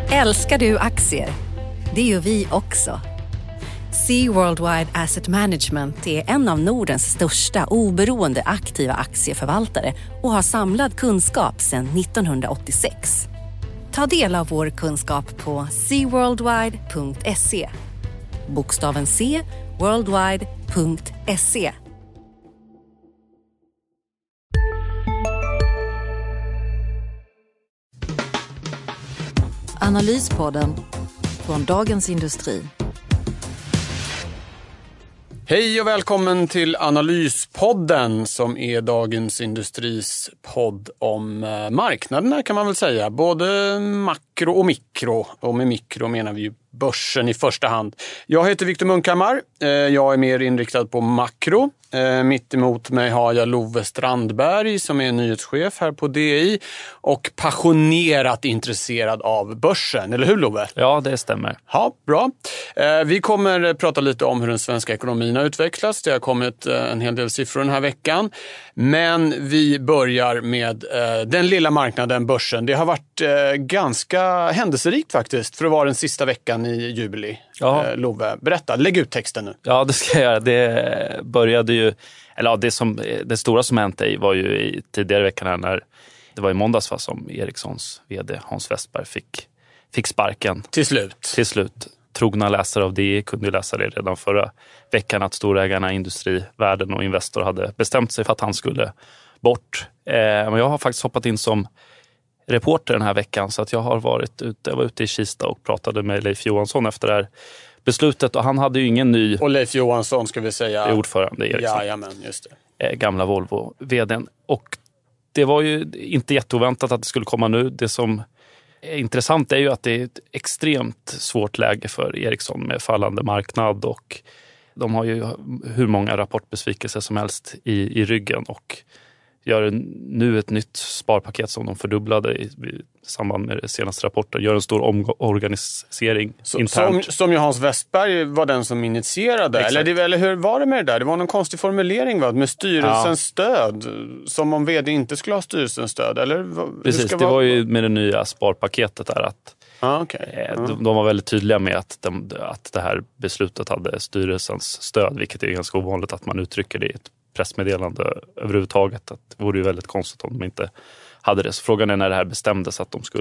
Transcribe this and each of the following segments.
Älskar du aktier? Det gör vi också. Sea Worldwide Asset Management är en av Nordens största oberoende aktiva aktieförvaltare och har samlad kunskap sedan 1986. Ta del av vår kunskap på seaworldwide.se. Bokstaven C, worldwide.se. Analyspodden från Dagens Industri. Hej och välkommen till Analyspodden som är Dagens Industris podd om marknaderna kan man väl säga. Både makro och mikro. Och med mikro menar vi ju börsen i första hand. Jag heter Viktor Munkhammar. Jag är mer inriktad på makro. Mitt emot mig har jag Love Strandberg som är nyhetschef här på DI och passionerat intresserad av börsen. Eller hur Love? Ja, det stämmer. Ja, bra. Vi kommer prata lite om hur den svenska ekonomin har utvecklats. Det har kommit en hel del siffror den här veckan. Men vi börjar med den lilla marknaden, börsen. Det har varit ganska händelserikt faktiskt för att vara den sista veckan i juli. Love, berätta. Lägg ut texten nu. Ja, det ska jag göra. Det började ju, eller ja, det stora som hände var ju i tidigare veckan här när det var i måndags som Ericssons vd Hans Westberg fick sparken. Till slut. Trogna läsare av det kunde ju läsa det redan förra veckan att storägarna, industrivärlden och Investor hade bestämt sig för att han skulle bort. Men jag har faktiskt hoppat in som reporter den här veckan så att jag var ute i Kista och pratade med Leif Johansson efter det här beslutet och han hade ju ingen ny... Och Leif Johansson ska vi säga... är ordförande i Ericsson. Jajamän, just det. Gamla Volvo-vdn. Och det var ju inte jätteoväntat att det skulle komma nu. Det som är intressant är ju att det är ett extremt svårt läge för Ericsson med fallande marknad och de har ju hur många rapportbesvikelser som helst i ryggen och gör nu ett nytt sparpaket som de fördubblade i samband med den senaste rapporten. Gör en stor omorganisering internt. Som ju Hans Westberg var den som initierade. Eller hur var det med det där? Det var någon konstig formulering med styrelsens stöd. Som om vd inte skulle ha styrelsens stöd. Eller, precis, det var ju med det nya sparpaketet där att de var väldigt tydliga med att det här beslutet hade styrelsens stöd. Vilket är ganska ovanligt att man uttrycker det i ett pressmeddelande överhuvudtaget. Att det vore ju väldigt konstigt om de inte hade det. Så frågan är när det här bestämdes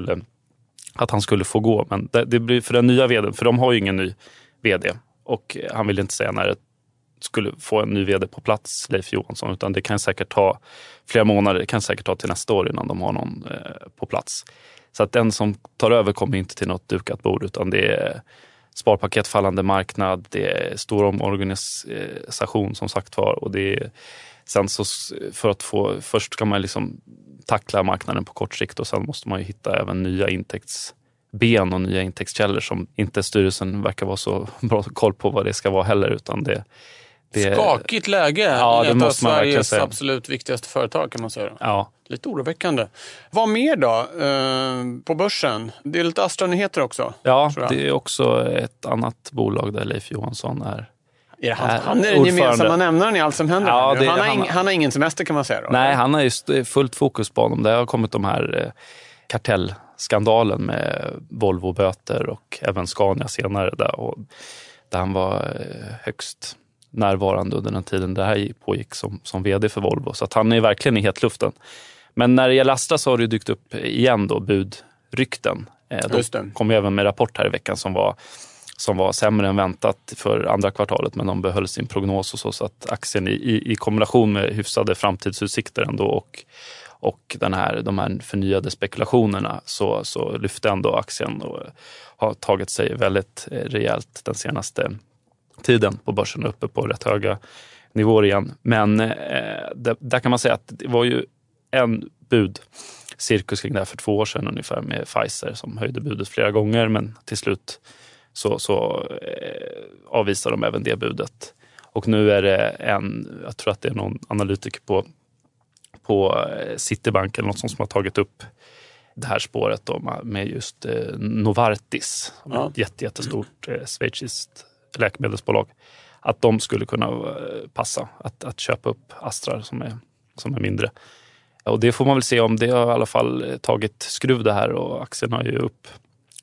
att han skulle få gå. Men det blir för den nya vdn, för de har ju ingen ny vd. Och han vill inte säga när det skulle få en ny vd på plats, Leif Johansson. Utan det kan säkert ta flera månader, det kan säkert ta till nästa år innan de har någon på plats. Så att den som tar över kommer inte till något dukat bord utan det är sparpaket, fallande marknad, det är stor omorganisation som sagt var och det är sen så för att först ska man liksom tackla marknaden på kort sikt och sen måste man ju hitta även nya intäktsben och nya intäktskällor som inte styrelsen verkar vara så bra koll på vad det ska vara heller utan det skakigt läge. Ja, det måste man verkligen Sveriges säga. Absolut viktigaste företag kan man säga. Ja. Lite oroväckande. Vad mer då på börsen? Det är lite Astra-nyheter också. Ja, det är också ett annat bolag där Leif Johansson är han är den gemensamma nämnaren i allt som händer. Ja, han har ingen semester kan man säga då. Nej, han har just fullt fokus på honom. Det har kommit de här kartellskandalen med Volvo-böter och även Scania senare där han var högst närvarande under den tiden det här pågick som vd för Volvo. Så att han är verkligen i hetluften. Men när det gäller Astra så har det dykt upp igen då budrykten. De kom ju även med rapport här i veckan som var sämre än väntat för andra kvartalet men de behöll sin prognos och så att aktien i kombination med hyfsade framtidsutsikter ändå och de här förnyade spekulationerna så lyfte ändå aktien och har tagit sig väldigt rejält den senaste tiden på börsen uppe på rätt höga nivåer igen. Men där kan man säga att det var ju en budcirkus kring det här för 2 år sedan ungefär med Pfizer som höjde budet flera gånger men till slut så avvisar de även det budet. Och nu är det jag tror att det är någon analytiker på Citibank eller något som har tagit upp det här spåret då, med just Novartis, ett jättestort schweiziskt läkemedelsbolag, att de skulle kunna passa att köpa upp Astra som är mindre. Och det får man väl se om det har i alla fall tagit skruv det här och aktien har ju upp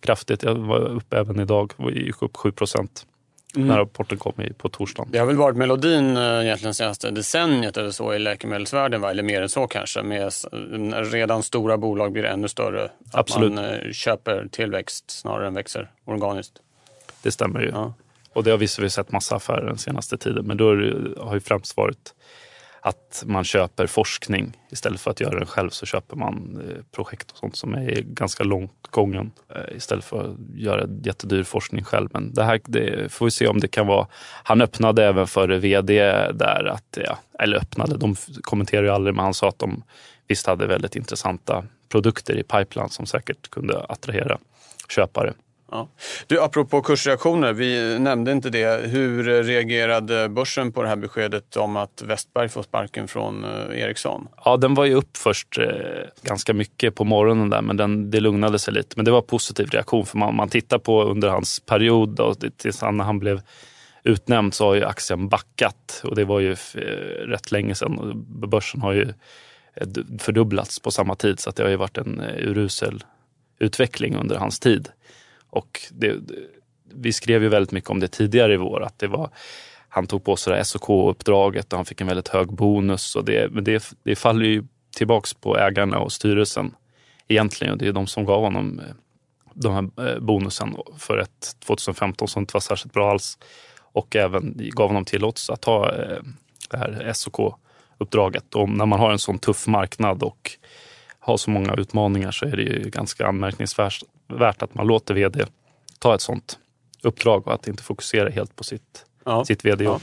kraftigt. Jag var uppe även idag och gick upp 7% när rapporten kom på torsdagen. Det har väl varit melodin egentligen senaste decenniet eller så i läkemedelsvärlden, va? Eller mer än så kanske. Med redan stora bolag blir ännu större. Absolut. Att man köper tillväxt snarare än växer organiskt. Det stämmer ju. Ja. Och det har vi sett massa affärer den senaste tiden. Men då har ju främst varit att man köper forskning. Istället för att göra den själv så köper man projekt och sånt som är ganska långt gången. Istället för att göra jättedyr forskning själv. Men det får vi se om det kan vara. Han öppnade även för vd där att, eller öppnade, de kommenterar ju aldrig, men han sa att de visst hade väldigt intressanta produkter i pipeline som säkert kunde attrahera köpare. Ja. Du, apropå kursreaktioner, vi nämnde inte det. Hur reagerade börsen på det här beskedet om att Westberg får sparken från Ericsson? Ja, den var ju upp först ganska mycket på morgonen där, men det lugnade sig lite. Men det var positiv reaktion, för man tittar på under hans period då, tills när han blev utnämnd, så har ju aktien backat. Och det var ju rätt länge sedan. Börsen har ju fördubblats på samma tid, så att det har ju varit en urusel utveckling under hans tid. Och vi skrev ju väldigt mycket om det tidigare i vår, att han tog på sig det SOK-uppdraget och han fick en väldigt hög bonus. Och det faller ju tillbaks på ägarna och styrelsen egentligen. Och det är de som gav honom de här bonusen för ett 2015 som inte var särskilt bra alls. Och även gav honom tillåtelse att ta det här SOK-uppdraget. Och när man har en sån tuff marknad och har så många utmaningar, så är det ju ganska anmärkningsvärt att man låter vd ta ett sånt uppdrag och att inte fokusera helt på sitt vd-jobb.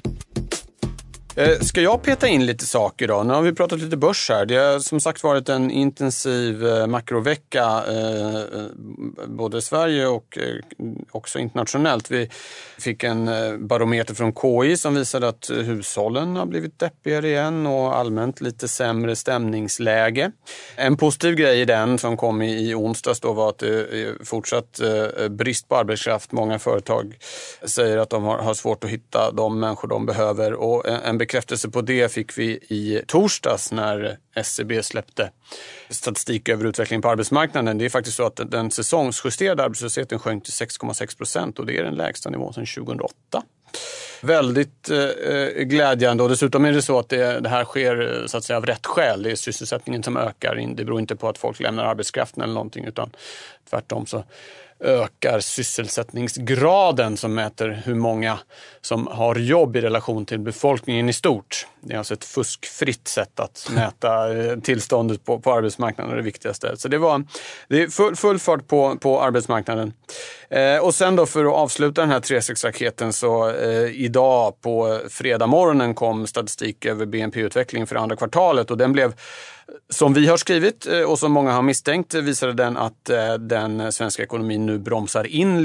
Ska jag peta in lite saker då? Nu har vi pratat lite börs här. Det har som sagt varit en intensiv makrovecka både i Sverige och också internationellt. Vi fick en barometer från KI som visade att hushållen har blivit deppigare igen och allmänt lite sämre stämningsläge. En positiv grej i den som kom i onsdags då var att det är fortsatt brist på arbetskraft. Många företag säger att de har svårt att hitta de människor de behöver, och en bekräftelse på det fick vi i torsdags när SCB släppte statistik över utvecklingen på arbetsmarknaden. Det är faktiskt så att den säsongsjusterade arbetslösheten sjönk till 6,6% och det är den lägsta nivån sedan 2008. Väldigt glädjande, och dessutom är det så att det här sker så att säga av rätt skäl. Det är sysselsättningen som ökar. Det beror inte på att folk lämnar arbetskraften eller någonting, utan tvärtom så ökar sysselsättningsgraden som mäter hur många som har jobb i relation till befolkningen i stort. Det är alltså ett fuskfritt sätt att mäta tillståndet på arbetsmarknaden, det viktigaste. Så det är full fart på arbetsmarknaden. Och sen då, för att avsluta den här 3-6-raketen, så idag på fredag morgonen kom statistik över BNP-utveckling för andra kvartalet, och den blev, som vi har skrivit och som många har misstänkt, visade den att den svenska ekonomin nu bromsar in.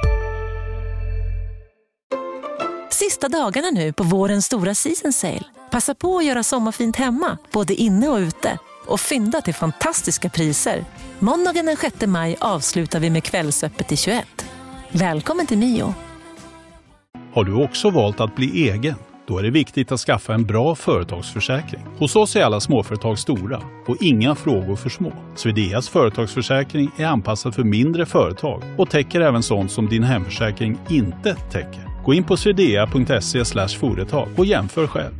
Sista dagarna nu på vårens stora season sale. Passa på att göra sommarfint hemma, både inne och ute. Och fynda till fantastiska priser. Måndagen den 6 maj avslutar vi med Kvällsöppet i 21. Välkommen till Mio. Har du också valt att bli egen? Då är det viktigt att skaffa en bra företagsförsäkring. Hos oss är alla småföretag stora och inga frågor för små. Swedeas företagsförsäkring är anpassad för mindre företag och täcker även sånt som din hemförsäkring inte täcker. Gå in på swedea.se/företag och jämför själv.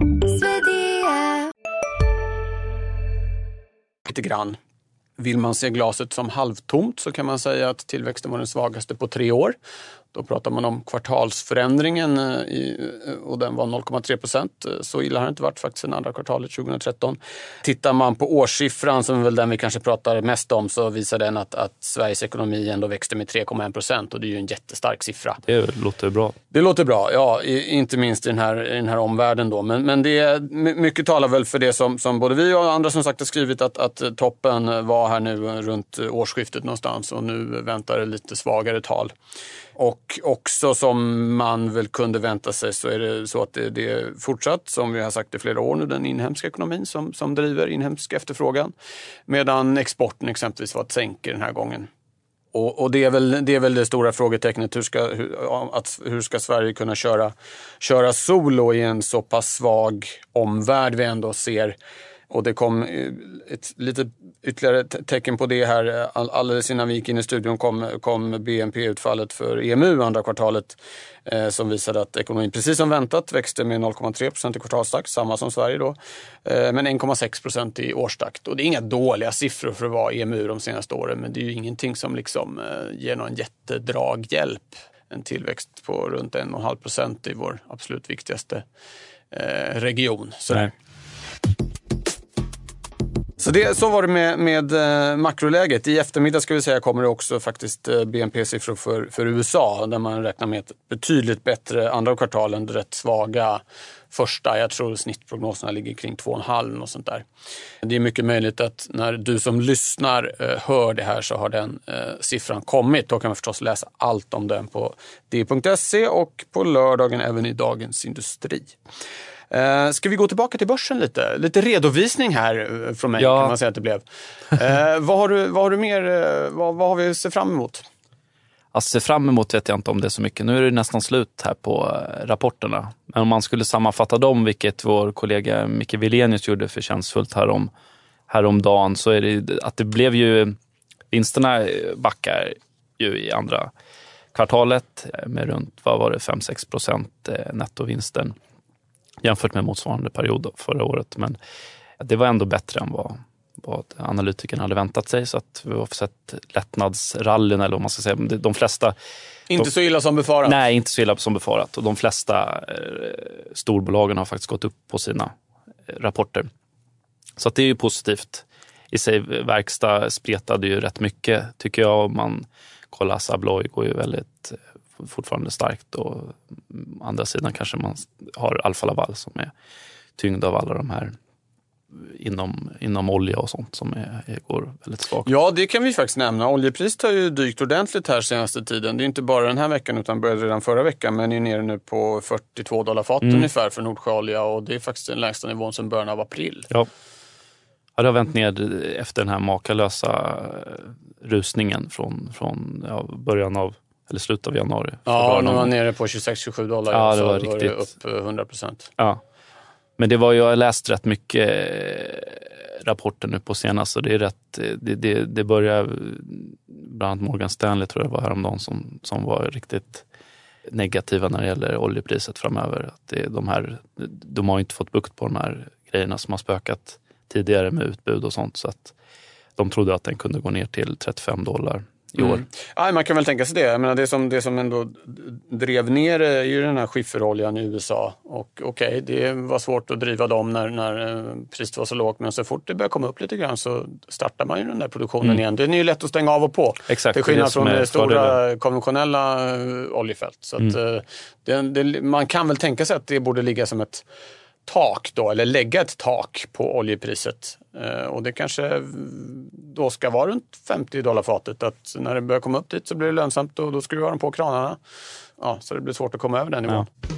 Lite grann. Vill man se glaset som halvtomt så kan man säga att tillväxten var den svagaste på 3 år. Då pratar man om kvartalsförändringen och den var 0,3%. Så illa har det inte varit faktiskt sedan andra kvartalet 2013. Tittar man på årssiffran, som är väl den vi kanske pratar mest om, så visar den att Sveriges ekonomi ändå växte med 3,1%, och det är ju en jättestark siffra. Det låter bra. Det låter bra, ja, inte minst i den här omvärlden då. Men det mycket talar väl för det som både vi och andra som sagt har skrivit, att toppen var här nu runt årsskiftet någonstans, och nu väntar det lite svagare tal. Och också som man väl kunde vänta sig, så är det så att det är fortsatt, som vi har sagt i flera år nu, den inhemska ekonomin som driver inhemsk efterfrågan. Medan exporten exempelvis var att sänka den här gången. Och det är väl det stora frågetecknet. Hur ska Sverige kunna köra solo i en så pass svag omvärld vi ändå ser Och det kom ett lite ytterligare tecken på det här. Alldeles innan vi gick in i studion kom BNP-utfallet för EMU andra kvartalet som visade att ekonomin precis som väntat växte med 0,3% i kvartalstakt, samma som Sverige då, men 1,6% i årstakt. Och det är inga dåliga siffror för att vara EMU de senaste åren, men det är ju ingenting som liksom ger någon jättedraghjälp. En tillväxt på runt 1,5% i vår absolut viktigaste region. Så var det med makroläget. I eftermiddag ska vi säga kommer det också faktiskt BNP-siffror för USA där man räknar med ett betydligt bättre andra kvartal än rätt svaga första. Jag tror snittprognoserna ligger kring 2,5 och sånt där. Det är mycket möjligt att när du som lyssnar hör det här så har den siffran kommit. Då kan man förstås läsa allt om den på d.se och på lördagen även i Dagens Industri. Ska vi gå tillbaka till börsen lite? Lite redovisning här från mig kan man säga att det blev. Vad har du mer? Vad har vi sett fram emot? Alltså se fram emot vet jag inte om det är så mycket. Nu är det nästan slut här på rapporterna. Men om man skulle sammanfatta dem, vilket vår kollega Micke Wilenius gjorde förtjänstfullt häromdagen, så är det att det blev ju, vinsterna backar ju i andra kvartalet med runt, 5-6% nettovinsten jämfört med motsvarande period förra året. Men det var ändå bättre än vad analytikerna hade väntat sig, så att vi har sett lättnadsrallyn eller vad man ska säga. De flesta... Inte så illa som befarat. Nej, inte så illa som befarat. Och de flesta storbolagen har faktiskt gått upp på sina rapporter. Så att det är ju positivt. I sig verkstad spretade ju rätt mycket tycker jag. Om man kollar Assa Abloy går ju väldigt fortfarande starkt, och andra sidan kanske man har Alfa Laval som är tyngd av alla de här inom olja och sånt som går väldigt svagt. Ja, det kan vi faktiskt nämna. Oljepriset har ju dykt ordentligt här senaste tiden. Det är inte bara den här veckan utan började redan förra veckan, men är nere nu på $42 fat ungefär för Nordsjöolja, och det är faktiskt den lägsta nivån sedan början av april. Ja, det har vänt ner efter den här makalösa rusningen från början av eller slutet av januari. Ja, nu var nere på $26-27. Ja, det var riktigt. Var upp 100%. Ja. Men det var, jag har läst rätt mycket rapporter nu på senast, och det är rätt, det börjar, bland annat Morgan Stanley tror jag var häromdagen som var riktigt negativa när det gäller oljepriset framöver. Att de har inte fått bukt på de här grejerna som har spökat tidigare med utbud och sånt, så att de trodde att den kunde gå ner till $35 i år. Ja, man kan väl tänka sig det. Jag menar, det som ändå drev ner är ju den här skifferoljan i USA. Och okej, det var svårt att driva dem när priset var så lågt. Men så fort det börjar komma upp lite grann så startar man ju den där produktionen igen. Det är ju lätt att stänga av och på. Exakt. Till skillnad från stora konventionella oljefält. Så att, man kan väl tänka sig att det borde ligga som ett tak då, eller lägga ett tak på oljepriset. Och det kanske då ska vara runt $50 fatet. Att när det börjar komma upp dit så blir det lönsamt, och då skruvar de på kranarna. Ja, så det blir svårt att komma över den nivån. Ja.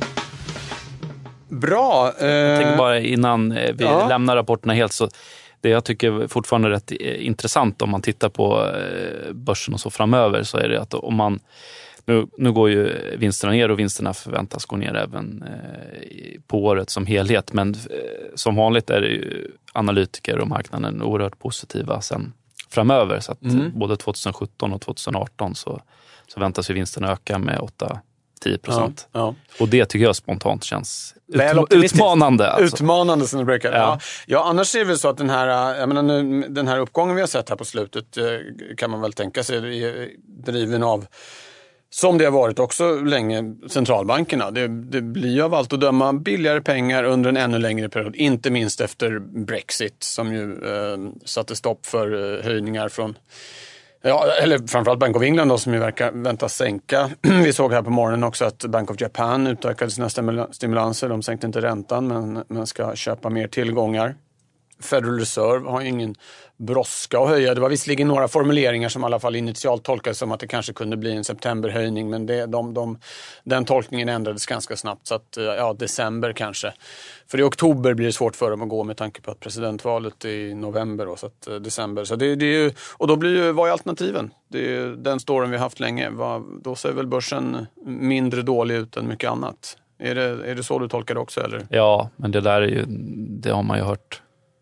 Bra. Jag tänker bara innan vi lämnar rapporterna helt, så det jag tycker fortfarande är rätt intressant om man tittar på börsen och så framöver, så är det att om man nu går ju vinsterna ner, och vinsterna förväntas gå ner även på året som helhet. Men som vanligt är det ju analytiker och marknaden oerhört positiva sen framöver. Så att både 2017 och 2018 så väntas ju vinsterna öka med 8-10%. Ja. Och det tycker jag spontant känns utmanande. Alltså. Utmanande som det brukar. Ja, annars är det väl så att den här uppgången vi har sett här på slutet kan man väl tänka sig är driven av, som det har varit också länge, centralbankerna. Det blir ju av allt att döma billigare pengar under en ännu längre period. Inte minst efter Brexit som ju satte stopp för höjningar från, eller framförallt Bank of England då, som ju väntas sänka. Vi såg här på morgonen också att Bank of Japan utökade sina stimulanser. De sänkte inte räntan men ska köpa mer tillgångar. Federal Reserve har ju ingen brådska att höja. Det var visserligen några formuleringar som i alla fall initialt tolkades som att det kanske kunde bli en septemberhöjning, men den tolkningen ändrades ganska snabbt, så att december kanske. För i oktober blir det svårt för dem att gå med tanke på att presidentvalet är i november då, så att december. Så det är ju, och då blir ju, vad är alternativen? Det är den storyn vi har haft länge. Då ser väl börsen mindre dålig ut än mycket annat. Är det så du tolkar det också, eller? Ja, men det där är ju, det har man ju hört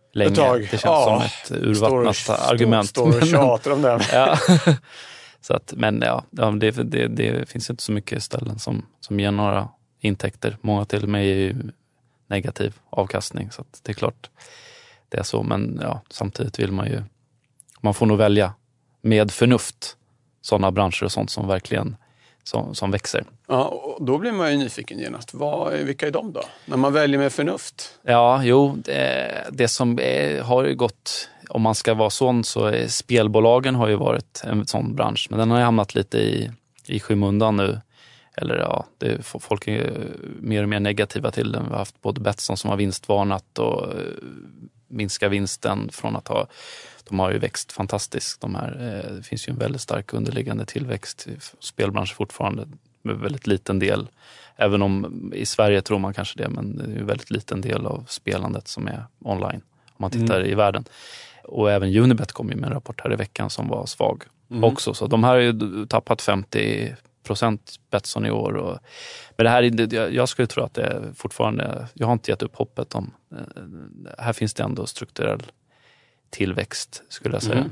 länge. Det känns som ett urvattnat argument. Står och tjatar om det. Ja. Så att, men det finns inte så mycket ställen som ger några intäkter. Många till och med är ju negativ avkastning. Så att det är klart det är så. Men samtidigt vill man får nog välja med förnuft sådana branscher och sånt som verkligen som växer. Ja, och då blir man ju nyfiken genast. Vilka är de då? När man väljer med förnuft? Ja, det som har ju gått, om man ska vara sån, så är spelbolagen har ju varit en sån bransch. Men den har ju hamnat lite i skymundan nu. Eller folk är mer och mer negativa till den. Vi har haft både Betsson som har vinstvarnat och minskar vinsten från att de har ju växt fantastiskt. Det finns ju en väldigt stark underliggande tillväxt i spelbranschen fortfarande med väldigt liten del. Även om i Sverige tror man kanske det, men det är ju en väldigt liten del av spelandet som är online om man tittar i världen. Och även Unibet kom ju med en rapport här i veckan som var svag också. Så de här har ju tappat 50% Betsson i år. Men det här, jag skulle tro att det är fortfarande, jag har inte gett upp hoppet om, här finns det ändå strukturell tillväxt skulle jag säga.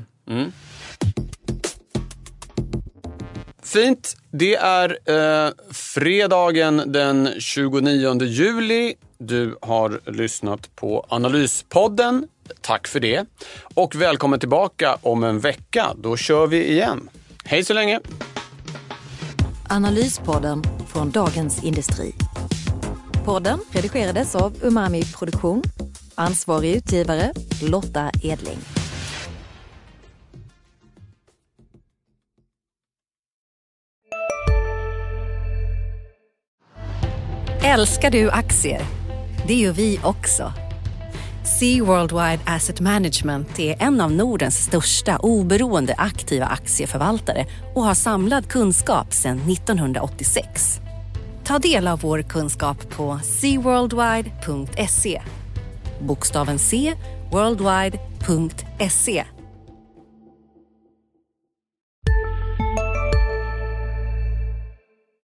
Fint. Det är fredagen den 29 juli. Du har lyssnat på Analyspodden. Tack för det. Och välkommen tillbaka om en vecka. Då kör vi igen. Hej så länge. Analyspodden från Dagens Industri. Podden redigerades av Umami Produktion. Ansvarig utgivare Lotta Edling. Älskar du aktier? Det gör vi också. Sea Worldwide Asset Management är en av Nordens största oberoende aktiva aktieförvaltare och har samlad kunskap sedan 1986. Ta del av vår kunskap på seaworldwide.se. Bokstaven C, worldwide.se.